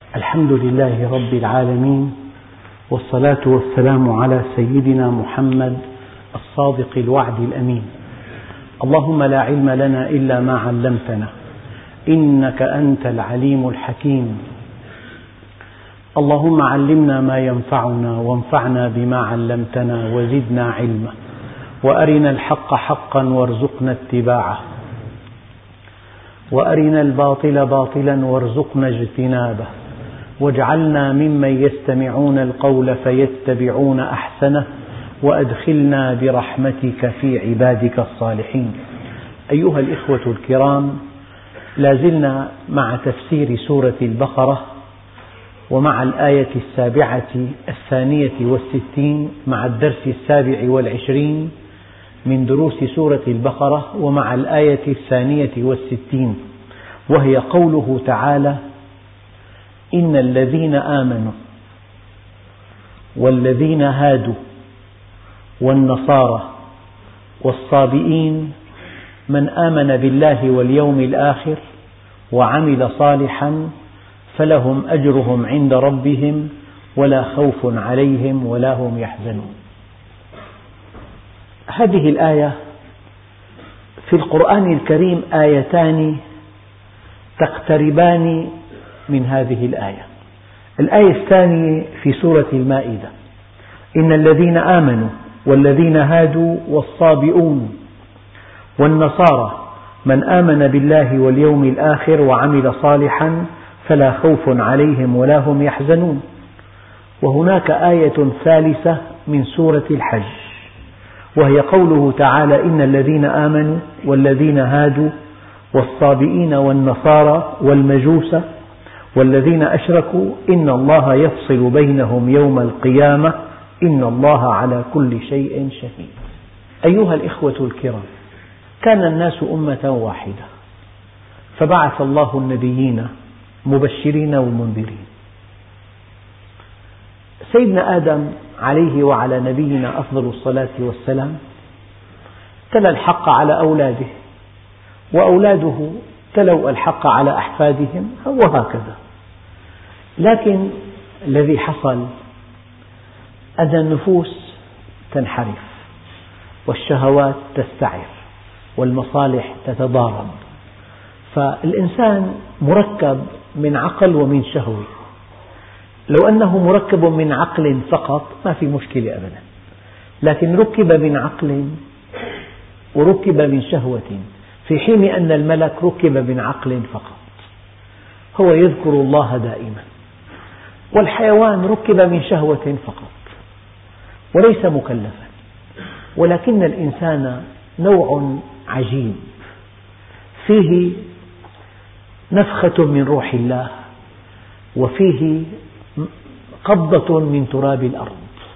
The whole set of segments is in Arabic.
الحمد لله رب العالمين، والصلاة والسلام على سيدنا محمد الصادق الوعد الأمين. اللهم لا علم لنا إلا ما علمتنا إنك أنت العليم الحكيم. اللهم علمنا ما ينفعنا وانفعنا بما علمتنا وزدنا علما، وأرنا الحق حقا وارزقنا اتباعه، وأرنا الباطل باطلا وارزقنا اجتنابه، واجعلنا ممن يستمعون القول فيتبعون أحسنه، وأدخلنا برحمتك في عبادك الصالحين. أيها الإخوة الكرام، لا زلنا مع تفسير سورة البقرة، ومع الآية 67 مع الدرس 27 من دروس سورة البقرة، ومع الآية 62 وهي قوله تعالى: إن الذين آمنوا والذين هادوا والنصارى والصابئين من آمن بالله واليوم الآخر وعمل صالحا فلهم أجرهم عند ربهم ولا خوف عليهم ولا هم يحزنون. هذه الآية في القرآن الكريم آيتان تقتربان من هذه الآية. الآية الثانية في سورة المائدة: إن الذين آمنوا والذين هادوا والصابئون والنصارى من آمن بالله واليوم الآخر وعمل صالحا فلا خوف عليهم ولا هم يحزنون. وهناك آية ثالثة من سورة الحج، وهي قوله تعالى: إن الذين آمنوا والذين هادوا والصابئين والنصارى والمجوس والذين أشركوا إن الله يفصل بينهم يوم القيامة إن الله على كل شيء شهيد. أيها الإخوة الكرام، كان الناس أمة واحدة، فبعث الله النبيين مبشرين ومنذرين. سيدنا آدم عليه وعلى نبينا أفضل الصلاة والسلام تلا الحق على أولاده، وأولاده تلوا الحق على أحفادهم، وهكذا. لكن الذي حصل أن النفوس تنحرف، والشهوات تستعر، والمصالح تتضارب، فالإنسان مركب من عقل ومن شهوة. لو أنه مركب من عقل فقط ما في مشكلة أبدا، لكن ركب من عقل وركب من شهوة، في حين أن الملك ركب من عقل فقط، هو يذكر الله دائما، والحيوان ركب من شهوة فقط وليس مكلفا. ولكن الإنسان نوع عجيب، فيه نفخة من روح الله، وفيه قبضة من تراب الأرض،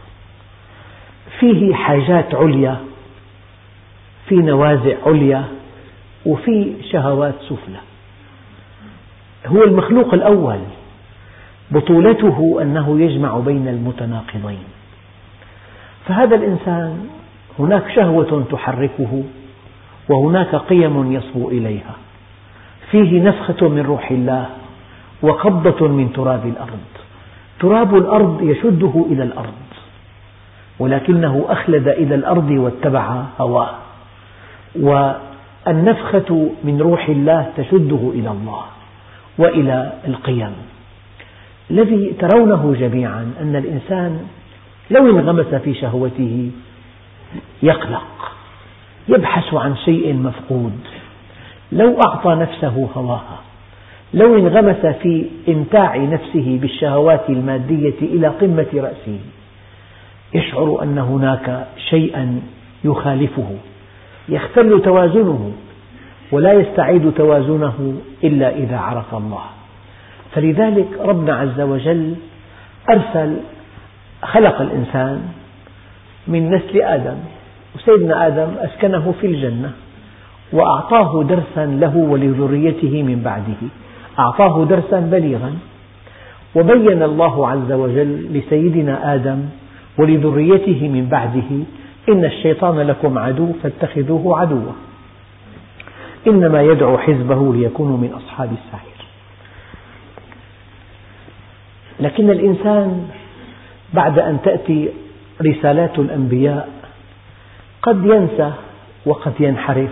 فيه حاجات عليا، في نوازع عليا، وفي شهوات سفلى. هو المخلوق الأول، بطولته أنه يجمع بين المتناقضين. فهذا الإنسان هناك شهوة تحركه، وهناك قيم يصبو إليها، فيه نفخة من روح الله وقبضة من تراب الأرض. تراب الأرض يشده إلى الأرض، ولكنه أخلد إلى الأرض واتبع هواه، والنفخة من روح الله تشده إلى الله وإلى القيم. الذي ترونه جميعا أن الإنسان لو انغمس في شهوته يقلق، يبحث عن شيء مفقود. لو أعطى نفسه هواها، لو انغمس في إمتاع نفسه بالشهوات المادية إلى قمة رأسه، يشعر أن هناك شيئا يخالفه، يختل توازنه، ولا يستعيد توازنه إلا إذا عرف الله. فلذلك ربنا عز وجل خلق الإنسان من نسل آدم، وسيدنا آدم أسكنه في الجنة، وأعطاه درسا له ولذريته من بعده، أعطاه درسا بليغا. وبين الله عز وجل لسيدنا آدم ولذريته من بعده: إن الشيطان لكم عدو فاتخذوه عدوا، إنما يدعو حزبه ليكونوا من أصحاب السعير. لكن الإنسان بعد أن تأتي رسالات الأنبياء قد ينسى وقد ينحرف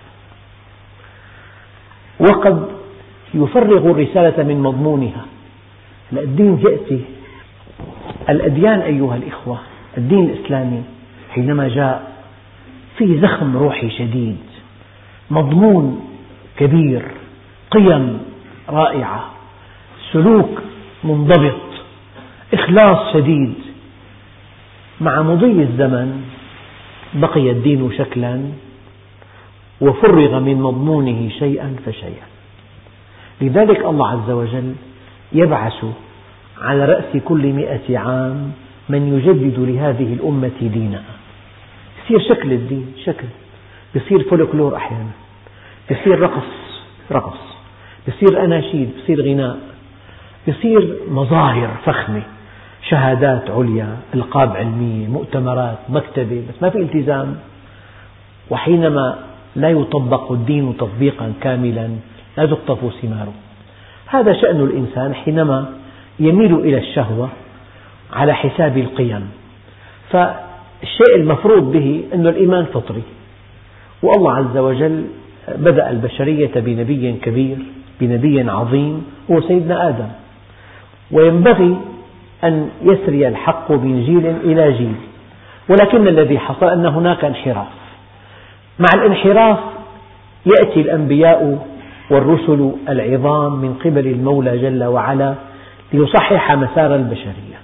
وقد يفرغ الرسالة من مضمونها. الدين يأتي، الأديان أيها الإخوة، الدين الإسلامي حينما جاء فيه زخم روحي شديد، مضمون كبير، قيم رائعة، سلوك منضبط، إخلاص شديد. مع مضي الزمن بقي الدين شكلا وفرغ من مضمونه شيئا فشيئا. لذلك الله عز وجل يبعث على رأس كل 100 عام من يجدد لهذه الأمة دينها. يصير شكل الدين شكل، يصير فولكلور أحيانا، يصير رقص، يصير أناشيد، يصير غناء، يصير مظاهر فخمة، شهادات عليا، ألقاب علمية، مؤتمرات، مكتبة، بس ما في التزام. وحينما لا يطبق الدين تطبيقا كاملا لا تقطف ثماره. هذا شأن الإنسان حينما يميل إلى الشهوة على حساب القيم. فالشيء المفروض به أن الإيمان فطري، والله عز وجل بدأ البشرية بنبي كبير، بنبي عظيم هو سيدنا آدم، وينبغي أن يسري الحق من جيل إلى جيل. ولكن الذي حصل أن هناك انحراف. مع الانحراف يأتي الأنبياء والرسل العظام من قبل المولى جل وعلا ليصحح مسار البشرية.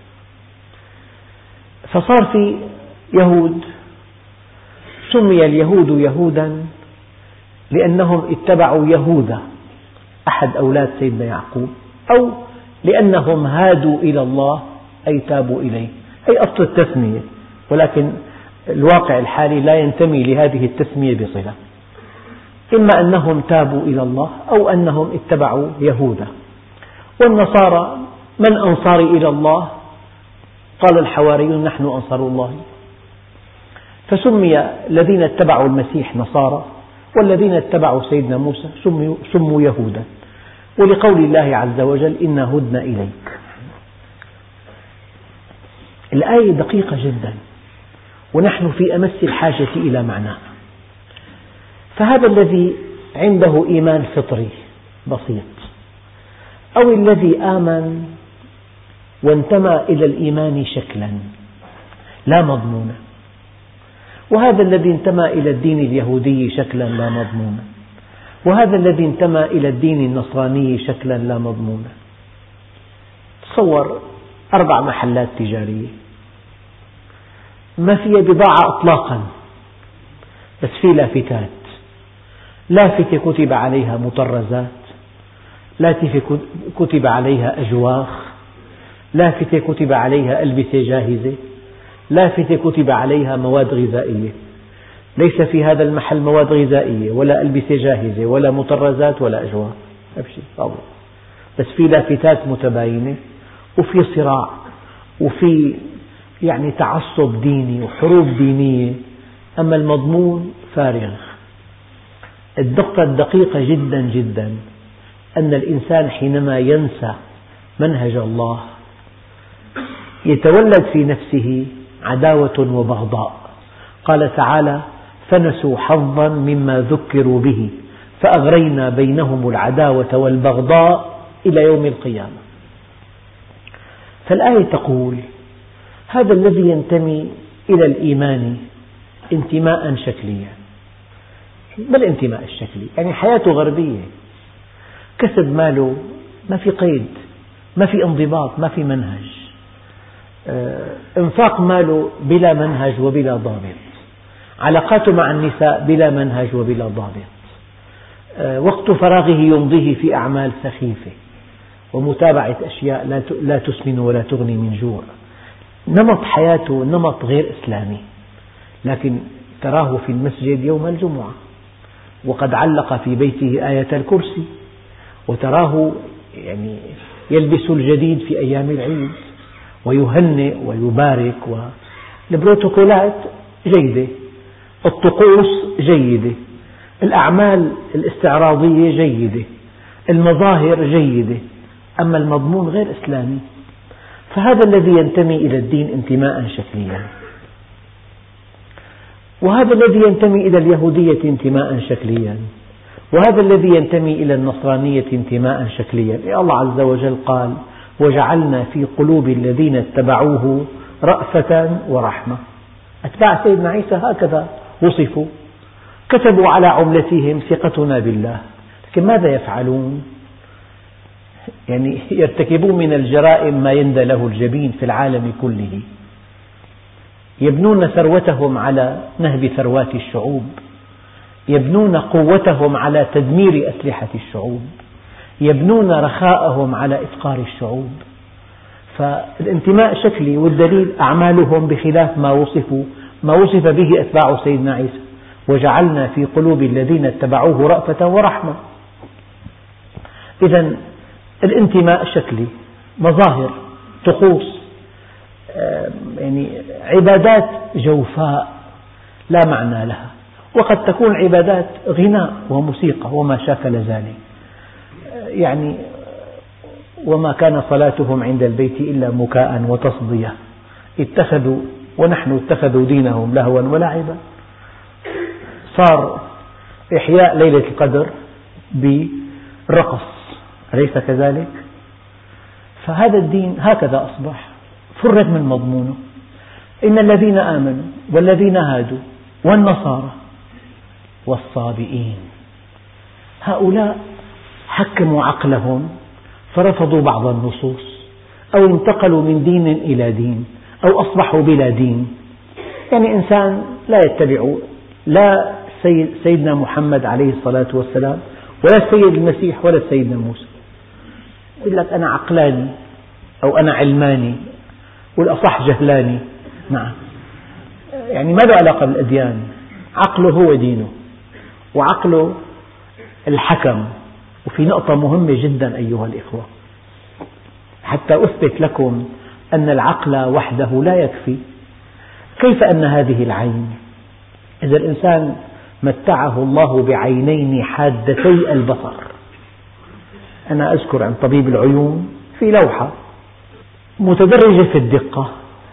فصار في يهود، سمي اليهود يهودا لأنهم اتبعوا يهوذا أحد أولاد سيدنا يعقوب، أو لأنهم هادوا إلى الله أي تابوا إليه، أي أصل التسمية، ولكن الواقع الحالي لا ينتمي لهذه التسمية بصلة. إما أنهم تابوا إلى الله أو أنهم اتبعوا يهوذا. والنصارى من أنصاري إلى الله؟ قال الحواريون نحن أنصار الله. فسمي الذين اتبعوا المسيح نصارى، والذين اتبعوا سيدنا موسى سموا يهودا، ولقول الله عز وجل إنا هدنا إليك. الآية دقيقة جدا ونحن في أمس الحاجة إلى معناها. فهذا الذي عنده إيمان فطري بسيط، أو الذي آمن وانتمى إلى الإيمان شكلا لا مضمونا، وهذا الذي انتمى إلى الدين اليهودي شكلا لا مضمونا، وهذا الذي انتمى إلى الدين النصراني شكلا لا مضمونا. تصور 4 محلات تجارية ما فيها بضاعة إطلاقا، بس في لافتات، لافتة كتب عليها مطرزات، لافتة كتب عليها أجواخ، لافتة كتب عليها ألبسة جاهزة، لافتة كتب عليها مواد غذائية. ليس في هذا المحل مواد غذائية ولا ألبسة جاهزة ولا مطرزات ولا أجواخ، بس في لافتات متباينة، وفي صراع، وفي تعصب ديني وحروب دينية. أما المضمون فارغ. الدقة الدقيقة جدا جدا أن الإنسان حينما ينسى منهج الله يتولد في نفسه عداوة وبغضاء. قال تعالى فنسوا حظا مما ذكروا به فأغرينا بينهم العداوة والبغضاء إلى يوم القيامة. فالآية تقول هذا الذي ينتمي إلى الإيمان انتماء شكليا. ما الانتماء الشكلي؟ يعني حياته غربية، كسب ماله ما في قيد، ما في انضباط، ما في منهج، انفاق ماله بلا منهج وبلا ضابط، علاقاته مع النساء بلا منهج وبلا ضابط، وقت فراغه يمضيه في أعمال سخيفة ومتابعة أشياء لا تسمن ولا تغني من جوع. نمط حياته نمط غير إسلامي، لكن تراه في المسجد يوم الجمعة وقد علق في بيته آية الكرسي، وتراه يلبس الجديد في أيام العيد ويهنئ ويبارك، والبروتوكولات جيدة، الطقوس جيدة، الأعمال الاستعراضية جيدة، المظاهر جيدة. أما المضمون غير إسلامي. فهذا الذي ينتمي إلى الدين انتماء شكليا، وهذا الذي ينتمي إلى اليهودية انتماء شكليا، وهذا الذي ينتمي إلى النصرانية انتماء شكليا. الله عز وجل قال: وجعلنا في قلوب الذين اتبعوه رأفة ورحمة. أتباع سيدنا عيسى هكذا وصفوا، كتبوا على عملتهم ثقتنا بالله، لكن ماذا يفعلون؟ يعني يرتكبون من الجرائم ما يندى له الجبين في العالم كله، يبنون ثروتهم على نهب ثروات الشعوب، يبنون قوتهم على تدمير أسلحة الشعوب، يبنون رخاءهم على إفقار الشعوب. فالانتماء شكلي، والدليل أعمالهم بخلاف ما وصف به أتباع سيدنا عيسى: وجعلنا في قلوب الذين اتبعوه رأفة ورحمة. إذن الانتماء شكلي، مظاهر، طقوس، يعني عبادات جوفاء لا معنى لها، وقد تكون عبادات غناء وموسيقى وما شاكل ذلك. يعني وما كان صلاتهم عند البيت إلا مكاء وتصدية اتخذوا دينهم لهوا ولعبا. صار إحياء ليلة القدر بالرقص، أليس كذلك؟ فهذا الدين هكذا أصبح، فرغ من مضمونه. إن الذين آمنوا والذين هادوا والنصارى والصابئين، هؤلاء حكموا عقلهم فرفضوا بعض النصوص، أو انتقلوا من دين إلى دين، أو أصبحوا بلا دين. يعني إنسان لا يتبع لا سيدنا محمد عليه الصلاة والسلام، ولا السيد المسيح، ولا سيدنا موسى، يقول لك أنا عقلاني أو أنا علماني، والأصح جهلاني. نعم، يعني ما له علاقة بالأديان، عقله هو دينه، وعقله الحكم. وفي نقطة مهمة جدا أيها الإخوة، حتى أثبت لكم أن العقل وحده لا يكفي. كيف أن هذه العين، إذا الإنسان متعه الله بعينين حادتي البصر. أنا أذكر عن طبيب العيون في لوحة متدرجة في الدقة،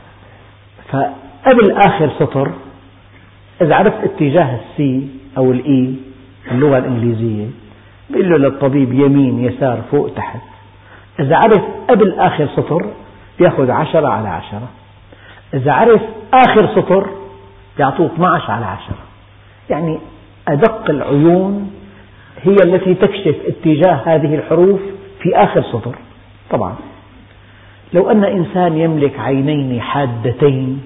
فقبل آخر سطر إذا عرفت اتجاه السي أو الإي اللغة الإنجليزية بيقول له للطبيب يمين يسار فوق تحت. إذا عرف قبل آخر سطر يأخذ 10/10، إذا عرف آخر سطر يعطوه 12/10. يعني أدق العيون هي التي تكشف اتجاه هذه الحروف في آخر سطر. طبعا لو أن إنسان يملك عينين حادتين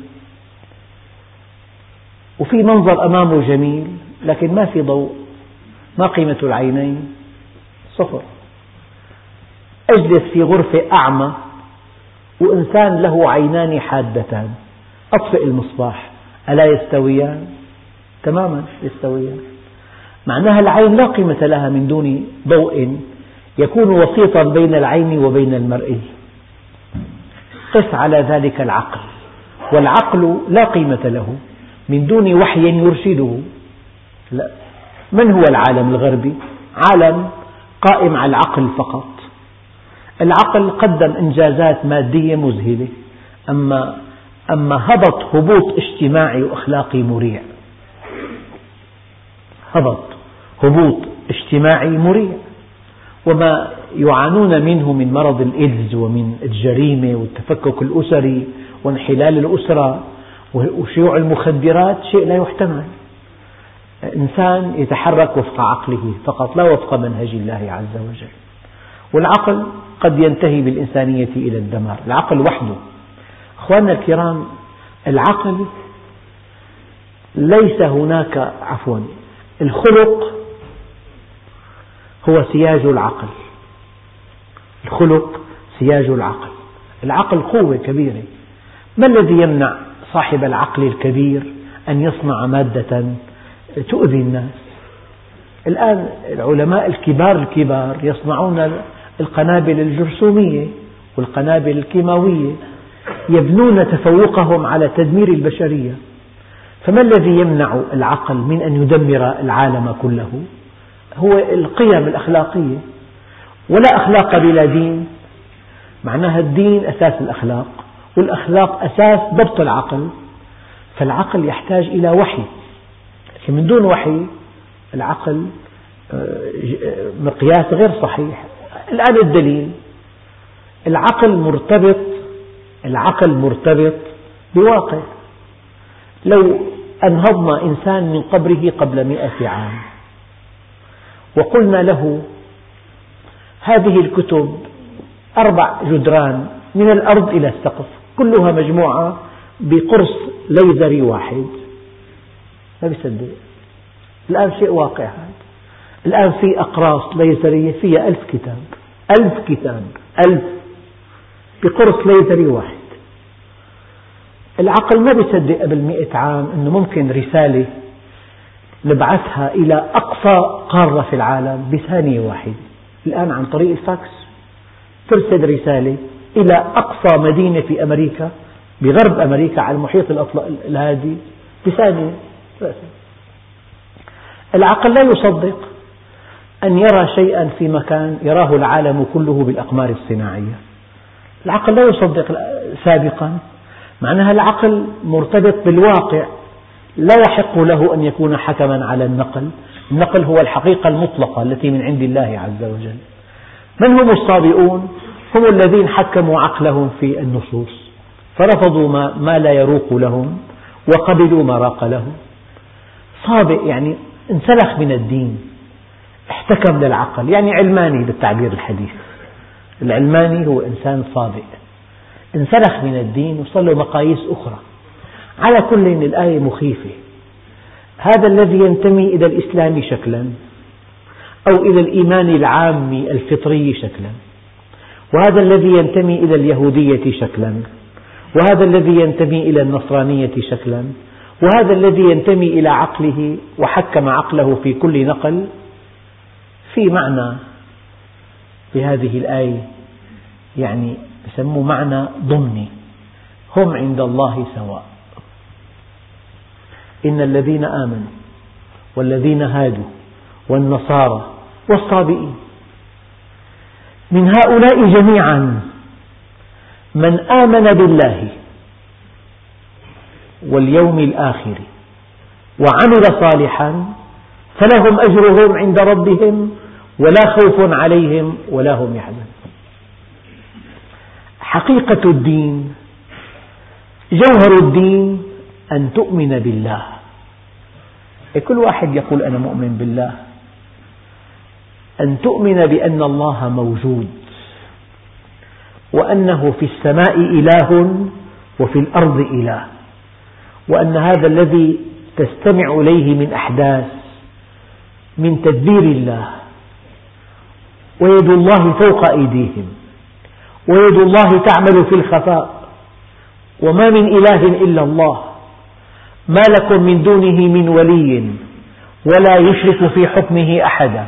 وفي منظر أمامه جميل لكن ما في ضوء، ما قيمة العينين؟ صفر. أجلس في غرفة أعمى وإنسان له عينان حادتان، أطفئ المصباح، ألا يستويان؟ تماما يستويان. معناها العين لا قيمة لها من دون ضوء يكون وسيطا بين العين وبين المرئي. قس على ذلك العقل، والعقل لا قيمة له من دون وحي يرشده. لا. من هو العالم الغربي؟ عالم قائم على العقل فقط. العقل قدم إنجازات مادية مذهلة، أما هبوط اجتماعي وأخلاقي مريع. هبوط اجتماعي مريع، وما يعانون منه من مرض الإيدز ومن الجريمة والتفكك الأسري وانحلال الأسرة وشيوع المخدرات شيء لا يحتمل. إنسان يتحرك وفق عقله فقط، لا وفق منهج الله عز وجل. والعقل قد ينتهي بالإنسانية إلى الدمار، العقل وحده. أخواننا الكرام، العقل ليس هناك الخلق هو سياج العقل. الخلق سياج العقل. العقل قوة كبيرة. ما الذي يمنع صاحب العقل الكبير أن يصنع مادة تؤذي الناس؟ الآن العلماء الكبار يصنعون القنابل الجرثومية والقنابل الكيماوية، يبنون تفوقهم على تدمير البشرية. فما الذي يمنع العقل من أن يدمر العالم كله؟ هو القيم الأخلاقية. ولا أخلاق بلا دين. معناها الدين أساس الأخلاق، والأخلاق أساس ضبط العقل، فالعقل يحتاج إلى وحي، لكن من دون وحي العقل مقياس غير صحيح. الآن الدليل، العقل مرتبط بواقع. لو أنهضنا إنسان من قبره قبل 100 عام وقلنا له هذه الكتب 4 جدران من الأرض إلى السقف كلها مجموعة بقرص ليزري واحد، ما بيصدق. الآن شيء واقع هذا. الآن في أقراص ليزرية فيها 1000 كتاب، 1000 كتاب، 1000 بقرص ليزري واحد. العقل ما بيصدق قبل 100 عام أنه ممكن رسالة نبعثها إلى أقصى قارة في العالم بثانية واحدة. الآن عن طريق الفاكس ترسل رسالة إلى أقصى مدينة في أمريكا، بغرب أمريكا على المحيط الهادي بثانية. العقل لا يصدق أن يرى شيئا في مكان يراه العالم كله بالأقمار الصناعية. العقل لا يصدق سابقا، معناها العقل مرتبط بالواقع، لا يحق له أن يكون حكما على النقل. النقل هو الحقيقة المطلقة التي من عند الله عز وجل. من هم الصابئون؟ هم الذين حكموا عقلهم في النصوص، فرفضوا ما لا يروق لهم وقبلوا ما راق لهم. صابئ يعني انسلخ من الدين، احتكم للعقل، يعني علماني بالتعبير الحديث. العلماني هو إنسان صابئ، انسلخ من الدين وصل له مقاييس أخرى. على كل الآية مخيفة. هذا الذي ينتمي إلى الإسلام شكلا أو إلى الإيمان العام الفطري شكلا، وهذا الذي ينتمي إلى اليهودية شكلا، وهذا الذي ينتمي إلى النصرانية شكلا، وهذا الذي ينتمي إلى عقله وحكم عقله في كل نقل. في معنى بهذه الآية يعني يسموه معنى ضمني: هم عند الله سواء. إن الذين آمنوا والذين هادوا والنصارى والصابئين من هؤلاء جميعا من آمن بالله واليوم الآخر وعمل صالحا فلهم أجرهم عند ربهم ولا خوف عليهم ولا هم يحزنون. حقيقة الدين، جوهر الدين أن تؤمن بالله. كل واحد يقول أنا مؤمن بالله. أن تؤمن بأن الله موجود، وأنه في السماء إله وفي الأرض إله، وأن هذا الذي تستمع إليه من أحداث من تدبير الله، ويد الله فوق أيديهم، ويد الله تعمل في الخفاء، وما من إله إلا الله، ما لكم من دونه من ولي ولا يشرك في حكمه أحدا.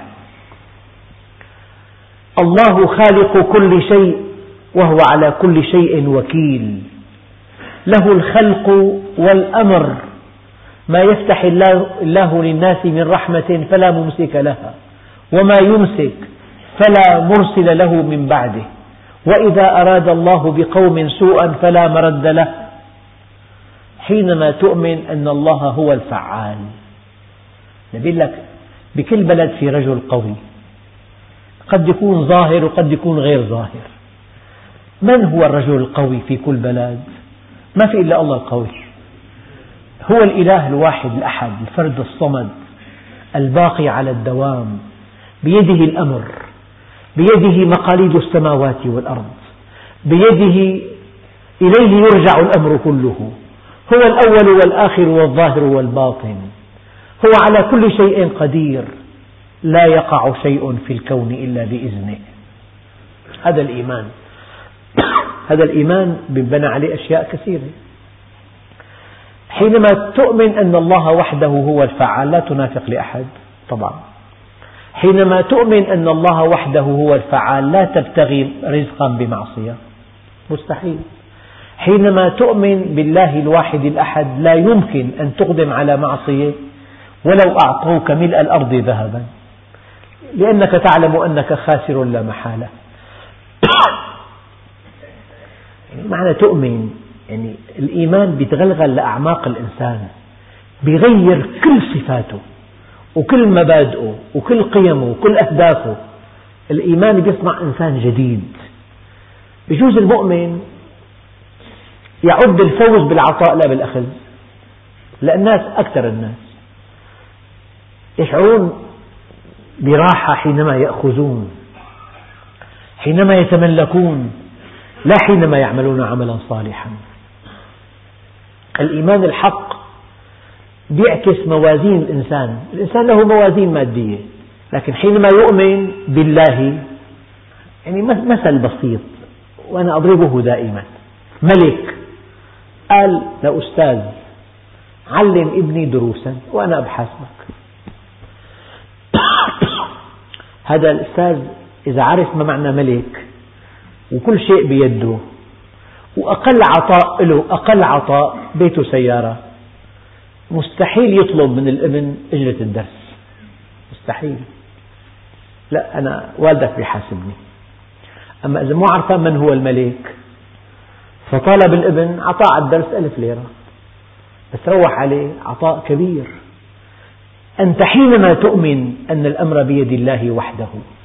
الله خالق كل شيء وهو على كل شيء وكيل، له الخلق والأمر، ما يفتح الله للناس من رحمة فلا ممسك لها، وما يمسك فلا مرسل له من بعده، وإذا أراد الله بقوم سوءا فلا مرد له. حينما تؤمن أن الله هو الفعال، نقول لك بكل بلد في رجل قوي، قد يكون ظاهر وقد يكون غير ظاهر. من هو الرجل القوي في كل بلد؟ ما في إلا الله القوي، هو الإله الواحد الأحد، الفرد الصمد الباقي على الدوام، بيده الأمر، بيده مقاليد السماوات والأرض، بيده إليه يرجع الأمر كله، هو الأول والآخر والظاهر والباطن، هو على كل شيء قدير، لا يقع شيء في الكون إلا بإذنه. هذا الإيمان. هذا الإيمان بنبنى عليه أشياء كثيرة. حينما تؤمن أن الله وحده هو الفعال لا تنافق لأحد طبعا. حينما تؤمن أن الله وحده هو الفعال لا تبتغي رزقا بمعصية، مستحيل. حينما تؤمن بالله الواحد الأحد لا يمكن أن تقدم على معصية ولو أعطوك ملء الأرض ذهبا، لأنك تعلم أنك خاسر لا محالة. يعني معنى تؤمن يعني الإيمان بيتغلغل لأعماق الإنسان، بيغير كل صفاته وكل مبادئه وكل قيمه وكل أهدافه. الإيمان بيصنع إنسان جديد. بيجوز المؤمن يعد الفوز بالعطاء لا بالأخذ، للناس أكثر الناس يشعرون براحة حينما يأخذون، حينما يتملكون، لا حينما يعملون عملا صالحا. الإيمان الحق يعكس موازين الإنسان. الإنسان له موازين مادية، لكن حينما يؤمن بالله، يعني مثل بسيط وأنا أضربه دائما. ملك قال لأستاذ: علم ابني دروسا وأنا أبحثك. هذا الأستاذ إذا عرف ما معنى ملك وكل شيء بيده، وأقل عطاء له، أقل عطاء بيته سيارة، مستحيل يطلب من الابن أجرة الدرس، مستحيل. لا، أنا والدك بيحاسبني. أما إذا مو عارفان من هو الملك فطالب الابن عطاء على الدرس 1000 ليرة، بس روح عليه عطاء كبير. أنت حينما تؤمن أن الأمر بيد الله وحده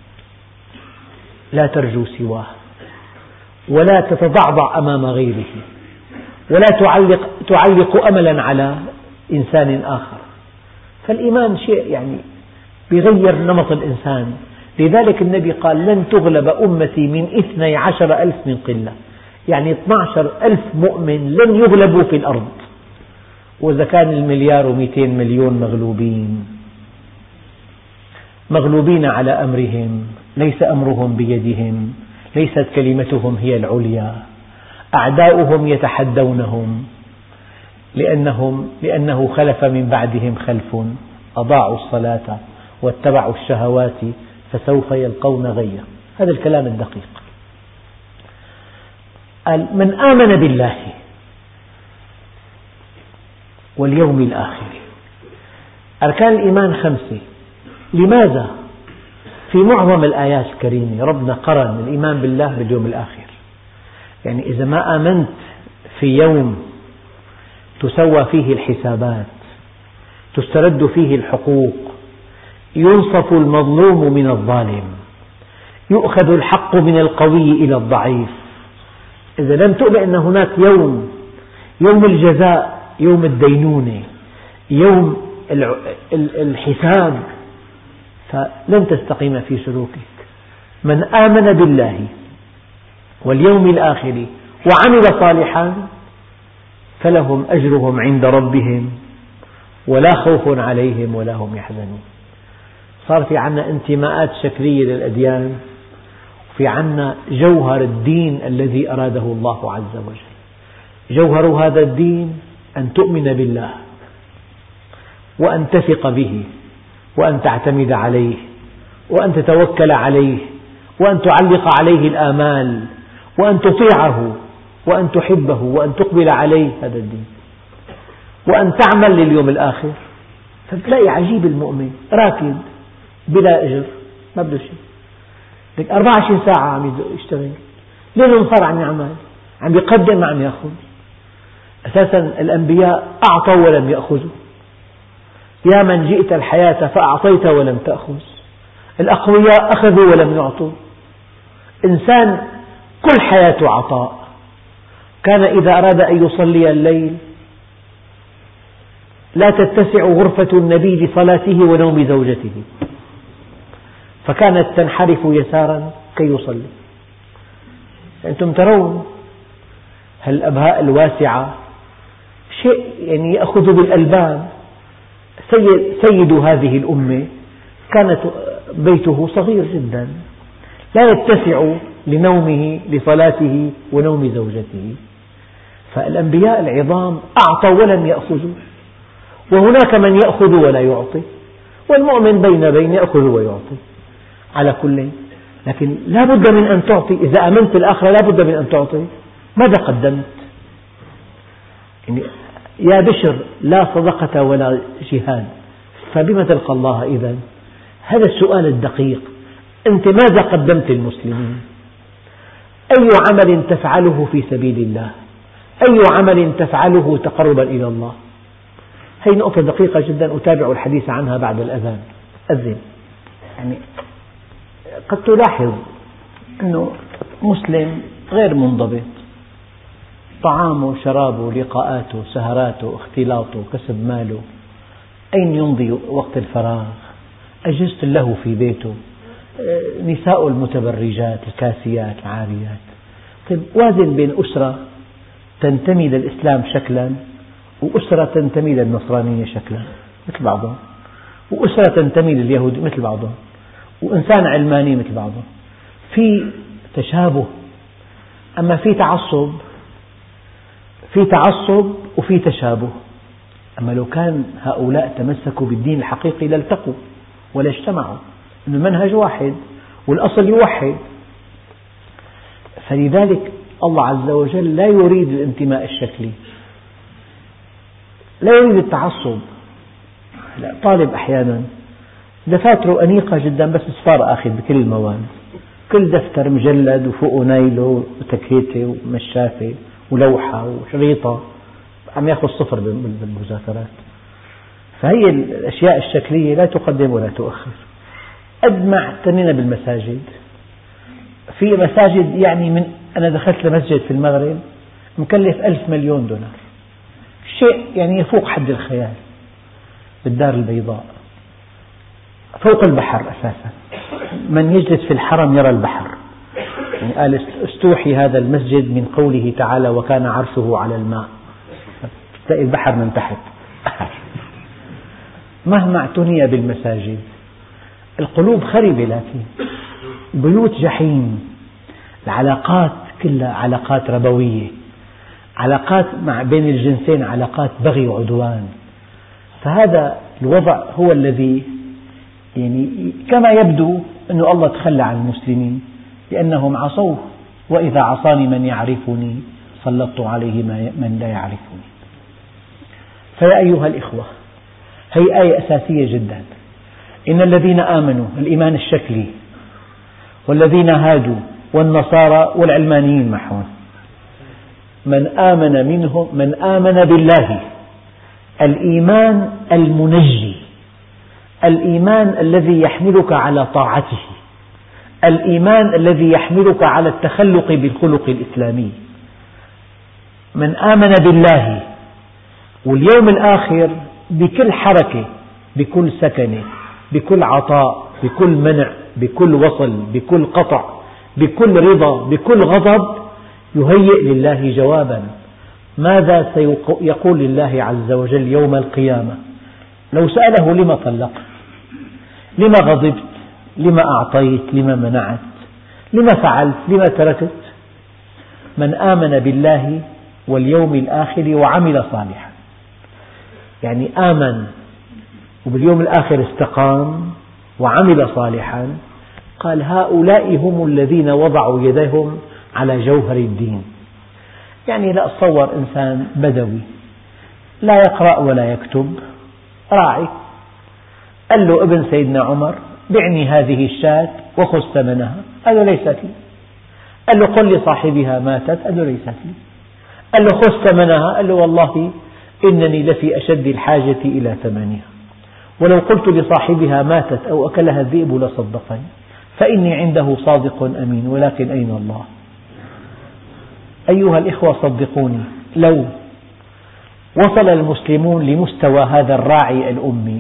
لا ترجو سواه، ولا تتضعضع أمام غيره، ولا تعلق أملا على إنسان آخر. فالإيمان شيء يعني بيغير نمط الإنسان. لذلك النبي قال: لن تغلب أمتي من 12,000 من قلة، يعني 12,000 مؤمن لن يغلبوا في الأرض. وإذا كان 1,200,000,000 مغلوبين على أمرهم، ليس أمرهم بيدهم، ليست كلمتهم هي العليا، أعداؤهم يتحدونهم لأنه خلف من بعدهم خلف أضاعوا الصلاة واتبعوا الشهوات فسوف يلقون غيا. هذا الكلام الدقيق. قال: من آمن بالله واليوم الآخر. أركان الإيمان 5. لماذا؟ في معظم الآيات الكريمة ربنا قرن الإيمان بالله باليوم الآخر. يعني إذا ما آمنت في يوم تسوى فيه الحسابات، تسترد فيه الحقوق، ينصف المظلوم من الظالم، يؤخذ الحق من القوي إلى الضعيف، إذا لم تؤمن أن هناك يوم الجزاء، يوم الدينونة، يوم الحساب، فلن تستقيم في سلوكك. من آمن بالله واليوم الآخر وعمل صالحا فلهم أجرهم عند ربهم ولا خوف عليهم ولا هم يحزنون. صار في عنا انتماءات شكلية للأديان، وفي عنا جوهر الدين الذي أراده الله عز وجل. جوهر هذا الدين أن تؤمن بالله، وأن تثق به، وأن تعتمد عليه، وأن تتوكل عليه، وأن تعلق عليه الآمال، وأن تطيعه، وأن تحبه، وأن تقبل عليه. هذا الدين. وأن تعمل لليوم الآخر. فتلاقي عجيب المؤمن راكد بلا أجر، ما بده شيء، 24 ساعة عم يشتغل، ليل ونهار عم يعمل، عم يقدم ما عم يأخذ. أساسا الأنبياء أعطوا ولم يأخذوا. يا من جئت الحياة فأعطيت ولم تأخذ. الأقوياء أخذوا ولم يعطوا. إنسان كل حياته عطاء. كان إذا أراد أن يصلي الليل لا تتسع غرفة النبي لصلاته ونوم زوجته، فكانت تنحرف يسارا كي يصلي. أنتم ترون هالأبهاء الواسعة شيء يعني يأخذ بالألباب. سيد هذه الأمة كانت بيته صغير جدا، لا يتسع لنومه لصلاته ونوم زوجته. فالأنبياء العظام أعطوا ولم يأخذوا، وهناك من يأخذ ولا يعطي، والمؤمن بين يأخذ ويعطي على كل. لكن لا بد من أن تعطي. إذا آمنت بالآخرة لا بد من أن تعطي. ماذا قدمت؟ يعني يا بشر لا صدقة ولا جهاد فبما تلقى الله إذن؟ هذا السؤال الدقيق. أنت ماذا قدمت للمسلمين؟ أي عمل تفعله في سبيل الله، أي عمل تفعله تقربا إلى الله. هذه نقطة دقيقة جدا، أتابع الحديث عنها بعد الأذان. أذن يعني قد تلاحظ أنه مسلم غير منضبط، طعامه شرابه لقاءاته سهراته اختلاطه كسب ماله، أين يمضي وقت الفراغ، أجهزة له في بيته، نساء المتبرجات الكاسيات العاريات. طيب وازن بين أسرة تنتمي للإسلام شكلا وأسرة تنتمي للنصرانية شكلا مثل بعضهم، وأسرة تنتمي لليهود مثل بعضهم، وإنسان علماني مثل بعضهم. في تشابه، أما في تعصب وفي تشابه. أما لو كان هؤلاء تمسكوا بالدين الحقيقي لالتقوا ولا اجتمعوا، إن المنهج واحد والأصل يوحد. فلذلك الله عز وجل لا يريد الانتماء الشكلي، لا يريد التعصب. طالب أحيانا دفاتره أنيقة جدا بس صفار آخذ بكل المواد، كل دفتر مجلد وفوقه نايلو وتكهيته ومشافة ولوحة وشريطة، عم يأخذ صفر بالمذاكرات. فهي الأشياء الشكلية لا تقدم ولا تؤخر. قد ما اعتنينا بالمساجد، في مساجد يعني أنا دخلت لمسجد في المغرب مكلف 1,000 مليون دولار، شيء يعني يفوق حد الخيال، بالدار البيضاء فوق البحر أساسا، من يجلس في الحرم يرى البحر. يعني قال استوحي هذا المسجد من قوله تعالى وكان عرشه على الماء، تلاقي البحر من تحت. مهما اعتني بالمساجد القلوب خربة، لكن بيوت جحيم. العلاقات كلها علاقات ربوية، علاقات بين الجنسين علاقات بغي وعدوان. فهذا الوضع هو الذي يعني كما يبدو أن الله تخلى عن المسلمين لأنهم عصوه، وإذا عصاني من يعرفني سلطت عليه من لا يعرفني. فيا أيها الإخوة، هي آية أساسية جدا. إن الذين آمنوا، الإيمان الشكلي، والذين هادوا والنصارى والعلمانيين معهم، من آمن بالله، الإيمان المنجي، الإيمان الذي يحملك على طاعته، الإيمان الذي يحملك على التخلق بالخلق الإسلامي. من آمن بالله واليوم الآخر بكل حركة، بكل سكنة، بكل عطاء، بكل منع، بكل وصل، بكل قطع، بكل رضا، بكل غضب، يهيئ لله جوابا. ماذا سيقول لله عز وجل يوم القيامة؟ لو سأله لما طلقت، لما غضبت، لما أعطيت، لما منعت، لما فعلت، لما تركت. من آمن بالله واليوم الآخر وعمل صالحا، يعني آمن وباليوم الآخر استقام وعمل صالحا، قال هؤلاء هم الذين وضعوا يدهم على جوهر الدين. يعني لا أتصور إنسان بدوي لا يقرأ ولا يكتب، راعي، قال له ابن سيدنا عمر بعني هذه الشاة وخذ ثمنها، قال له ليست لي. قال له قل لصاحبها ماتت، قال له ليست لي. قال له خذ ثمنها، قال له والله إنني لفي أشد الحاجة إلى ثمنها، ولو قلت لصاحبها ماتت أو أكلها الذئب لصدقني، فإني عنده صادق أمين، ولكن أين الله؟ أيها الإخوة صدقوني، لو وصل المسلمون لمستوى هذا الراعي الأمي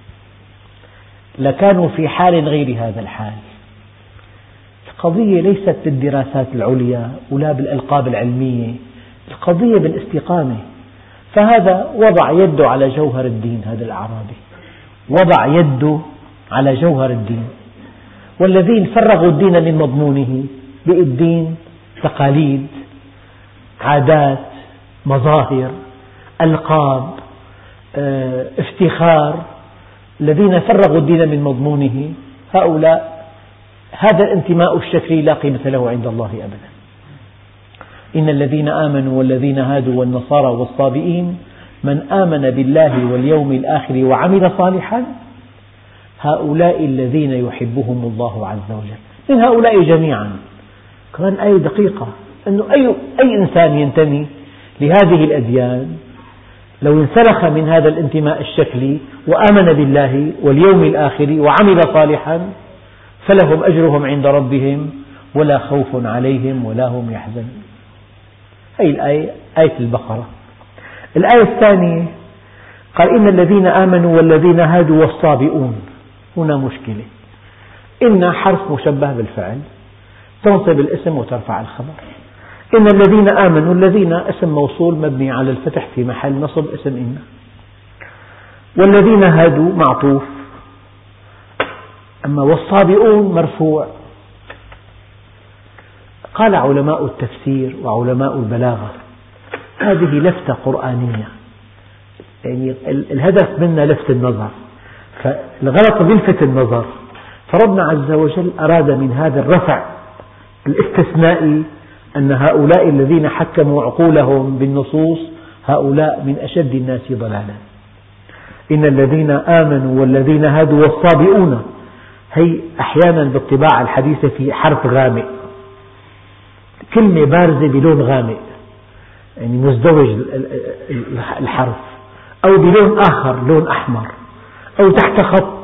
لكانوا في حال غير هذا الحال. القضية ليست بالدراسات العليا ولا بالألقاب العلمية، القضية بالاستقامة. فهذا وضع يده على جوهر الدين، هذا الأعرابي وضع يده على جوهر الدين. والذين فرغوا الدين من مضمونه، بقي الدين تقاليد، عادات، مظاهر، ألقاب، افتخار. الذين فرغوا الدين من مضمونه هؤلاء هذا الانتماء الشكلي لا قيمة له عند الله أبدا. إن الذين آمنوا والذين هادوا والنصارى والصابئين من آمن بالله واليوم الآخر وعمل صالحا هؤلاء الذين يحبهم الله عز وجل. من هؤلاء جميعا كمان آية دقيقة، أنه أي إنسان ينتمي لهذه الأديان لو انسلخ من هذا الانتماء الشكلي وآمن بالله واليوم الآخر وعمل صالحا فلهم أجرهم عند ربهم ولا خوف عليهم ولا هم يحزنون. هذه الآية آية البقرة. الآية الثانية قال إن الذين آمنوا والذين هادوا والصابئون. هنا مشكلة، إن حرف مشبه بالفعل تنصب الاسم وترفع الخبر. إن الذين آمنوا، الذين اسم موصول مبني على الفتح في محل نصب اسم إن. والذين هادوا معطوف. أما والصابئون مرفوع. قال علماء التفسير وعلماء البلاغة هذه لفتة قرآنية، يعني الهدف منها لفت النظر، فالغلط بيلفت النظر، فربنا عز وجل أراد من هذا الرفع الاستثنائي أن هؤلاء الذين حكموا عقولهم بالنصوص هؤلاء من أشد الناس ضلالا. إن الذين آمنوا والذين هادوا والصابئون، هي أحيانا بالطباعة الحديثة في حرف غامق، كلمة بارزة بلون غامق يعني مزدوج الحرف، أو بلون آخر لون أحمر، أو تحت خط.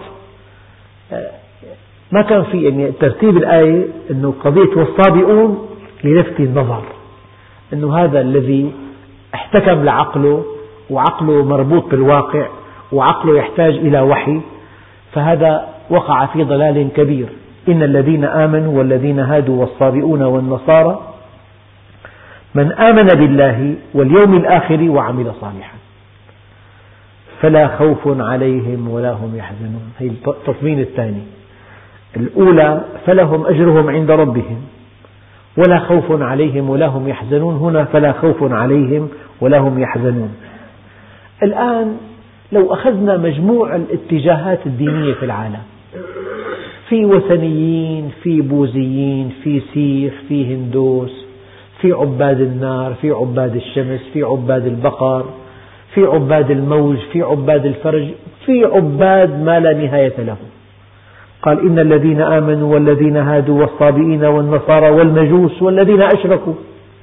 ما كان في يعني ترتيب الآية أنه قضية والصابئون للفت النظر، أنه هذا الذي احتكم لعقله وعقله مربوط بالواقع وعقله يحتاج إلى وحي، فهذا وقع في ضلال كبير. إن الذين آمنوا والذين هادوا والصابئون والنصارى من آمن بالله واليوم الآخر وعمل صالحا فلا خوف عليهم ولا هم يحزنون. هي التطمين الثاني. الأولى فلهم أجرهم عند ربهم ولا خوف عليهم ولا هم يحزنون، هنا فلا خوف عليهم ولا هم يحزنون. الآن لو أخذنا مجموع الاتجاهات الدينية في العالم، في وثنيين، في بوذيين، في سيخ، في هندوس، في عباد النار، في عباد الشمس، في عباد البقر، في عباد الموج، في عباد الفرج، في عباد ما لا نهاية له. قال إن الذين آمنوا والذين هادوا والصابئين والنصارى والمجوس والذين أشركوا.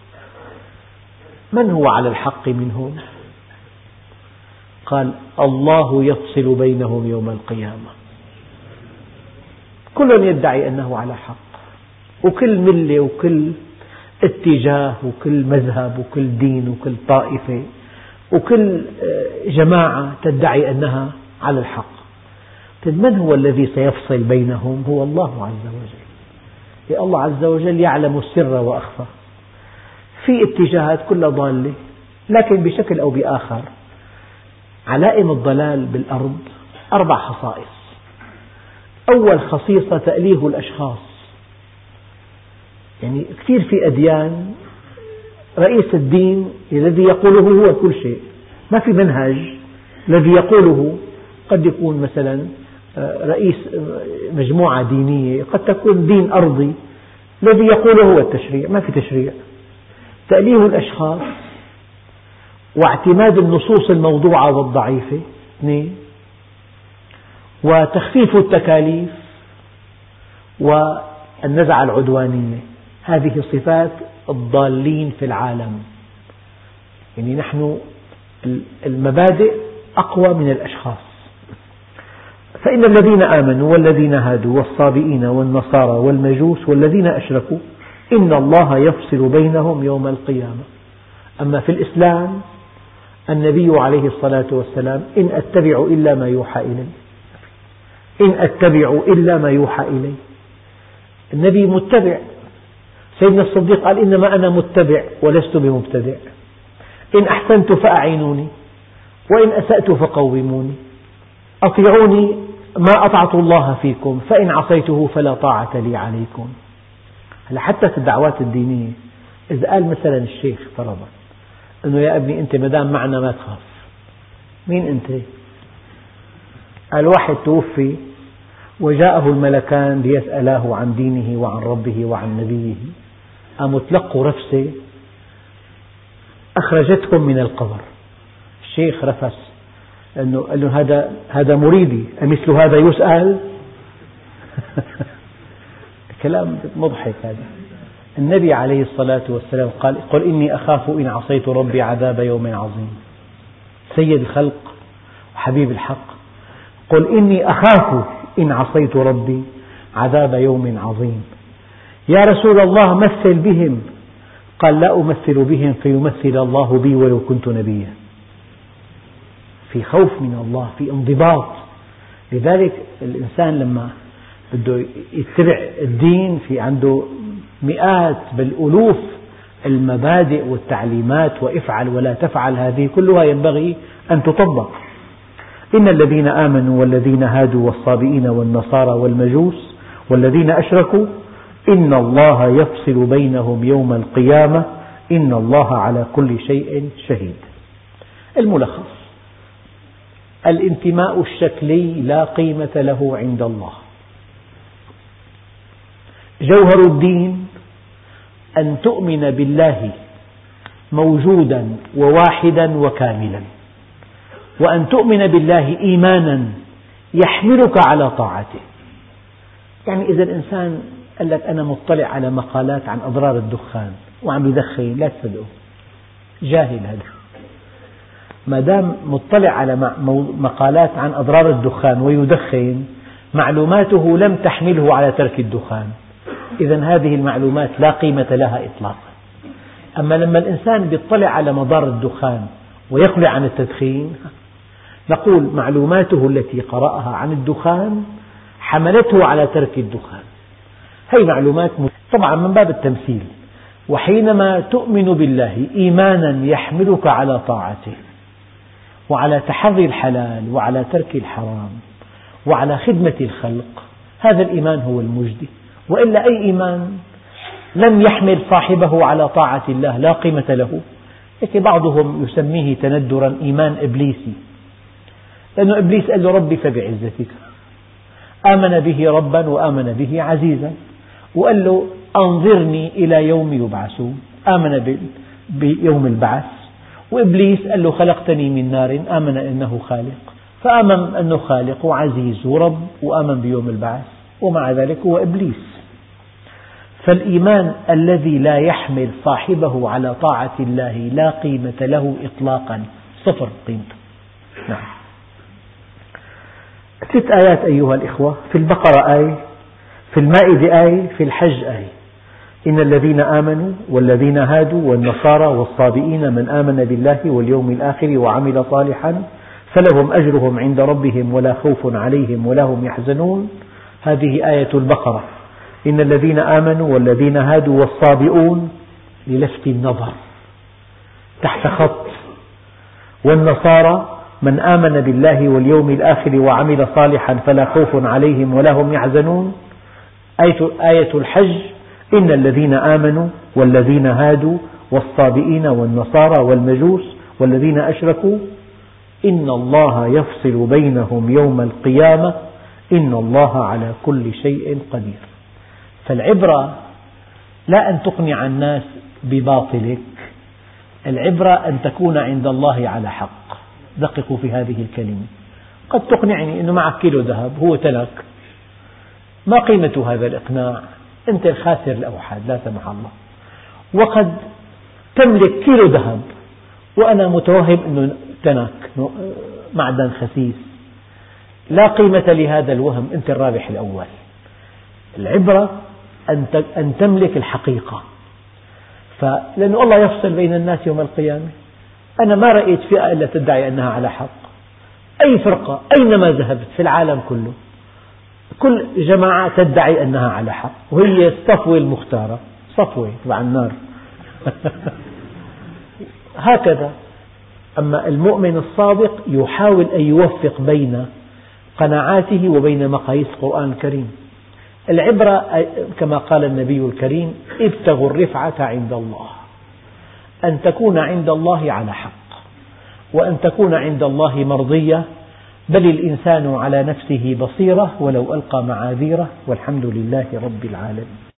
من هو على الحق منهم؟ قال الله يفصل بينهم يوم القيامة. كل يدعي أنه على حق، وكل ملة وكل اتجاه وكل مذهب وكل دين وكل طائفة وكل جماعة تدعي أنها على الحق. من هو الذي سيفصل بينهم؟ هو الله عز وجل. الله عز وجل يعلم السر وأخفى. في اتجاهات كلها ضالة، لكن بشكل أو بآخر علائم الضلال بالأرض 4 خصائص. أول خصيصة تأليه الأشخاص، يعني كثير في أديان رئيس الدين الذي يقوله هو كل شيء، ما في منهج. الذي يقوله قد يكون مثلا رئيس مجموعة دينية، قد تكون دين أرضي، الذي يقوله هو التشريع، ما في تشريع. تأليه الأشخاص واعتماد النصوص الموضوعة والضعيفة 2، وتخفيف التكاليف والنزعة العدوانية. هذه صفات الضالين في العالم. يعني نحن المبادئ أقوى من الأشخاص. فإن الذين آمنوا والذين هادوا والصابئين والنصارى والمجوس والذين أشركوا إن الله يفصل بينهم يوم القيامة. أما في الإسلام النبي عليه الصلاة والسلام إن أتبع إلا ما يوحى إلي، إن أتبع إلا ما يوحى إلي. النبي متبع. سيدنا الصديق قال إنما أنا متبع ولست بمبتدع. إن أحسنت فأعينوني وإن أسأت فقوموني، أطيعوني ما أطعت الله فيكم فإن عصيته فلا طاعة لي عليكم. حتى في الدعوات الدينية إذا قال مثلا الشيخ فرضا أنه يا ابني أنت مدام معنا ما تخاف، مين أنت؟ قال واحد توفي وجاءه الملكان ليسألاه عن دينه وعن ربه وعن نبيه، قاموا تلقوا رفسة أخرجتهم من القبر. الشيخ رفس أنه قال له هذا مريدي أمثل هذا يسأل؟ كلام مضحك هذا. النبي عليه الصلاة والسلام قل إني أخاف إن عصيت ربي عذاب يوم عظيم. سيد الخلق وحبيب الحق قل إني أخاف إن عصيت ربي عذاب يوم عظيم. يا رسول الله مثل بهم، قال لا أمثل بهم فيمثل الله بي ولو كنت نبيا. في خوف من الله، في انضباط. لذلك الإنسان لما بده يتبع الدين في عنده مئات بل ألوف المبادئ والتعليمات، وافعل ولا تفعل، هذه كلها ينبغي أن تطبق. إن الذين آمنوا والذين هادوا والصابئين والنصارى والمجوس والذين أشركوا إن الله يفصل بينهم يوم القيامة إن الله على كل شيء شهيد. الملخص: الانتماء الشكلي لا قيمة له عند الله. جوهر الدين أن تؤمن بالله موجودا وواحدا وكاملا، وأن تؤمن بالله إيمانا يحملك على طاعته. يعني إذا الإنسان قال لك أنا مطلع على مقالات عن أضرار الدخان وعم يدخن، لا تصدقه، جاهل هذا. ما دام مطلع على مقالات عن أضرار الدخان ويدخن، معلوماته لم تحمله على ترك الدخان، إذا هذه المعلومات لا قيمة لها إطلاقا. أما لما الإنسان يطلع على مضار الدخان ويقلع عن التدخين، نقول معلوماته التي قرأها عن الدخان حملته على ترك الدخان. هذه معلومات طبعا من باب التمثيل. وحينما تؤمن بالله إيمانا يحملك على طاعته وعلى تحري الحلال وعلى ترك الحرام وعلى خدمة الخلق، هذا الإيمان هو المجدي. وإلا أي إيمان لم يحمل صاحبه على طاعة الله لا قيمة له. بعضهم يسميه تندرا إيمان إبليسي، لأن إبليس قال له ربي فبعزتك، آمن به ربا وآمن به عزيزا، وقال له أنظرني إلى يوم يبعثون، آمن بيوم البعث. وإبليس قال له خلقتني من نار، آمن أنه خالق، فآمن أنه خالق وعزيز ورب وآمن بيوم البعث، ومع ذلك هو إبليس. فالإيمان الذي لا يحمل صاحبه على طاعة الله لا قيمة له إطلاقا، صفر قيمته. نعم. 6 آيات أيها الإخوة، في البقرة آية، في المائدة آية، في الحج آية. إن الذين آمنوا والذين هادوا والنصارى والصابئين من آمن بالله واليوم الآخر وعمل صالحا فلهم أجرهم عند ربهم ولا خوف عليهم ولا هم يحزنون. هذه آية البقرة. إن الذين آمنوا والذين هادوا والصابئون للفت النظر تحت خط، والنصارى من آمن بالله واليوم الآخر وعمل صالحا فلا خوف عليهم ولا هم يحزنون. آية الحج: إن الذين آمنوا والذين هادوا والصابئين والنصارى والمجوس والذين أشركوا إن الله يفصل بينهم يوم القيامة إن الله على كل شيء قدير. فالعبرة لا أن تقنع الناس بباطلك، العبرة أن تكون عند الله على حق. دققوا في هذه الكلمة. قد تقنعني أنه معك كيلو ذهب هو تلك، ما قيمة هذا الإقناع؟ أنت الخاسر الأوحد لا سمح الله. وقد تملك كيلو ذهب وأنا متوهم أنه تنك معدن خسيس، لا قيمة لهذا الوهم، أنت الرابح الأول. العبرة أن تملك الحقيقة. لأن الله يفصل بين الناس يوم القيامة. أنا ما رأيت فئة إلا تدعي أنها على حق. أي فرقة أينما ذهبت في العالم كله، كل جماعة تدعي أنها على حق، وهي الصفوة المختارة، صفوة تبع النار. هكذا. أما المؤمن الصادق يحاول أن يوفق بين قناعاته وبين مقاييس القرآن الكريم. العبرة كما قال النبي الكريم: ابتغوا الرفعة عند الله، أن تكون عند الله على حق، وأن تكون عند الله مرضية. بل الإنسان على نفسه بصيرة ولو ألقى معاذيره، والحمد لله رب العالمين.